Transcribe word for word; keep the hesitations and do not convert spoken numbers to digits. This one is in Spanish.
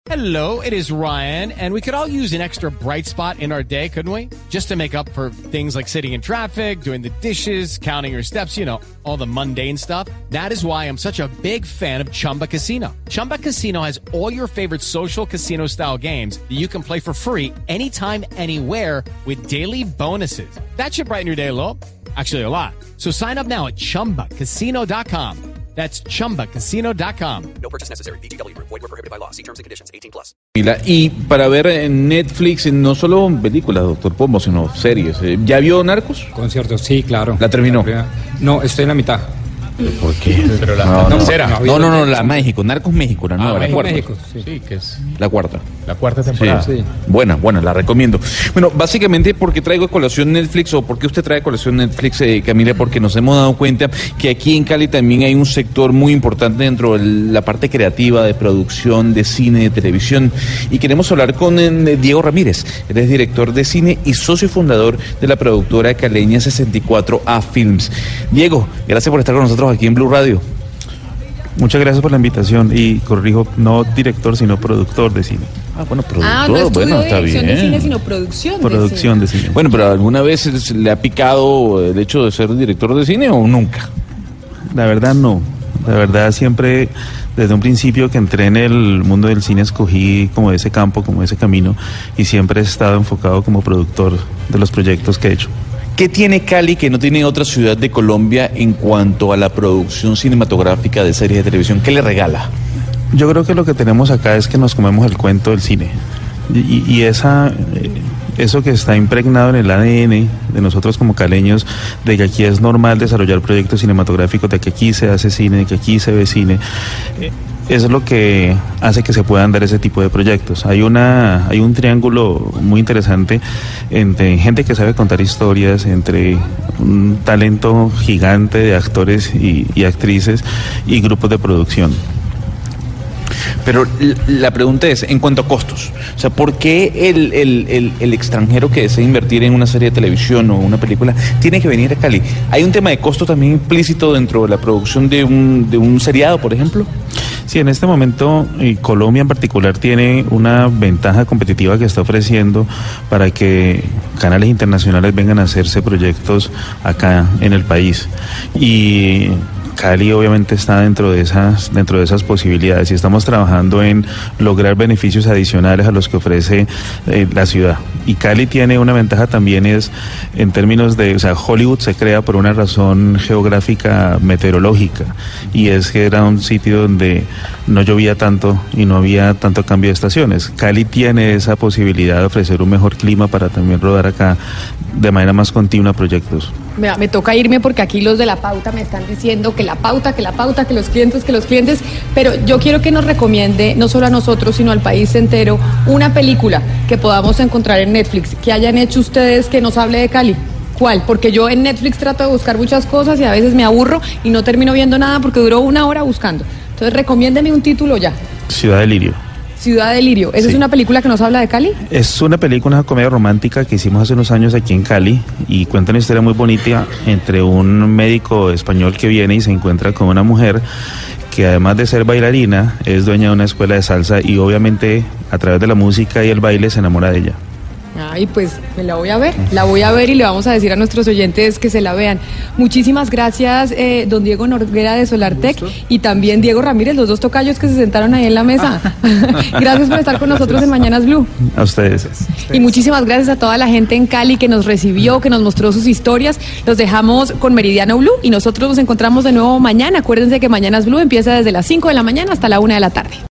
Hello, it is Ryan, and we could all use an extra bright spot in our day, couldn't we? Just to make up for things like sitting in traffic, doing the dishes, counting your steps, you know, all the mundane stuff. That is why I'm such a big fan of Chumba Casino. Chumba Casino has all your favorite social casino-style games that you can play for free anytime, anywhere with daily bonuses. That should brighten your day a little. Actually, a lot. So sign up now at chumba casino dot com. That's chumba casino dot com. No purchase necessary. V G W Group. Void where prohibited by law. See terms and conditions. eighteen plus. Y para ver en Netflix, no solo películas, doctor Pombo, sino series. ¿Ya vio Narcos? Conciertos, sí, claro. ¿La terminó? La no, estoy en la mitad. ¿Por qué? Pero la no, no, tercera. No, no, no, no, la México. Narcos México, la nueva, Ah, la cuarta. México, sí. Sí, que es La cuarta. la cuarta temporada. Sí. Sí. Buena, buena, la recomiendo. Bueno, básicamente porque traigo a colación Netflix, o porque usted trae a colación Netflix, eh, Camila, porque nos hemos dado cuenta que aquí en Cali también hay un sector muy importante dentro de la parte creativa, de producción, de cine, de televisión. Y queremos hablar con eh, Diego Ramírez. Él es director de cine y socio fundador de la productora caleña sesenta y cuatro A Films. Diego, gracias por estar con nosotros aquí en Blue Radio. Muchas gracias por la invitación y corrijo, no director sino productor de cine. Ah, bueno, productor, Ah, no estudio bueno, está dirección bien. de cine, sino producción, Producción de de cine. Bueno, pero ¿alguna vez le ha picado el hecho de ser director de cine o nunca? La verdad no, la verdad siempre desde un principio que entré en el mundo del cine escogí como ese campo, como ese camino y siempre he estado enfocado como productor de los proyectos que he hecho. ¿Qué tiene Cali que no tiene otra ciudad de Colombia en cuanto a la producción cinematográfica de series de televisión? ¿Qué le regala? Yo creo que lo que tenemos acá es que nos comemos el cuento del cine y, y esa, eh, eso que está impregnado en el A D N de nosotros como caleños, de que aquí es normal desarrollar proyectos cinematográficos, de que aquí se hace cine, de que aquí se ve cine, eh, es lo que hace que se puedan dar ese tipo de proyectos. Hay una, hay un triángulo muy interesante entre gente que sabe contar historias, entre un talento gigante de actores y, y actrices y grupos de producción. Pero la pregunta es, en cuanto a costos, o sea, ¿por qué el, el, el, el extranjero que desea invertir en una serie de televisión o una película tiene que venir a Cali? ¿Hay un tema de costo también implícito dentro de la producción de un, de un seriado, por ejemplo? Sí, en este momento eh, Colombia en particular tiene una ventaja competitiva que está ofreciendo para que canales internacionales vengan a hacerse proyectos acá en el país. Y Cali obviamente está dentro de esas dentro de esas posibilidades y estamos trabajando en lograr beneficios adicionales a los que ofrece eh, la ciudad. Y Cali tiene una ventaja también es en términos de, o sea, Hollywood se crea por una razón geográfica meteorológica y es que era un sitio donde no llovía tanto y no había tanto cambio de estaciones. Cali tiene esa posibilidad de ofrecer un mejor clima para también rodar acá de manera más continua proyectos. Mira, me toca irme porque aquí los de la pauta me están diciendo que la pauta, que la pauta, que los clientes, que los clientes, pero yo quiero que nos recomiende, no solo a nosotros, sino al país entero, una película que podamos encontrar en Netflix, que hayan hecho ustedes que nos hable de Cali. ¿Cuál? Porque yo en Netflix trato de buscar muchas cosas y a veces me aburro y no termino viendo nada porque duró una hora buscando. Entonces, recomiéndeme un título ya. Ciudad de Lirio. Ciudad de Lirio. ¿Esa Sí. es una película que nos habla de Cali? Es una película, una comedia romántica que hicimos hace unos años aquí en Cali y cuenta una historia muy bonita entre un médico español que viene y se encuentra con una mujer que además de ser bailarina es dueña de una escuela de salsa y obviamente a través de la música y el baile se enamora de ella. Ay, pues me la voy a ver, la voy a ver y le vamos a decir a nuestros oyentes que se la vean. Muchísimas gracias, eh, don Diego Noguera de Solartec y también Diego Ramírez, los dos tocayos que se sentaron ahí en la mesa. Gracias por estar con nosotros en Mañanas Blue. A ustedes. Y muchísimas gracias a toda la gente en Cali que nos recibió, que nos mostró sus historias. Los dejamos con Meridiano Blue y nosotros nos encontramos de nuevo mañana. Acuérdense que Mañanas Blue empieza desde las cinco de la mañana hasta la una de la tarde.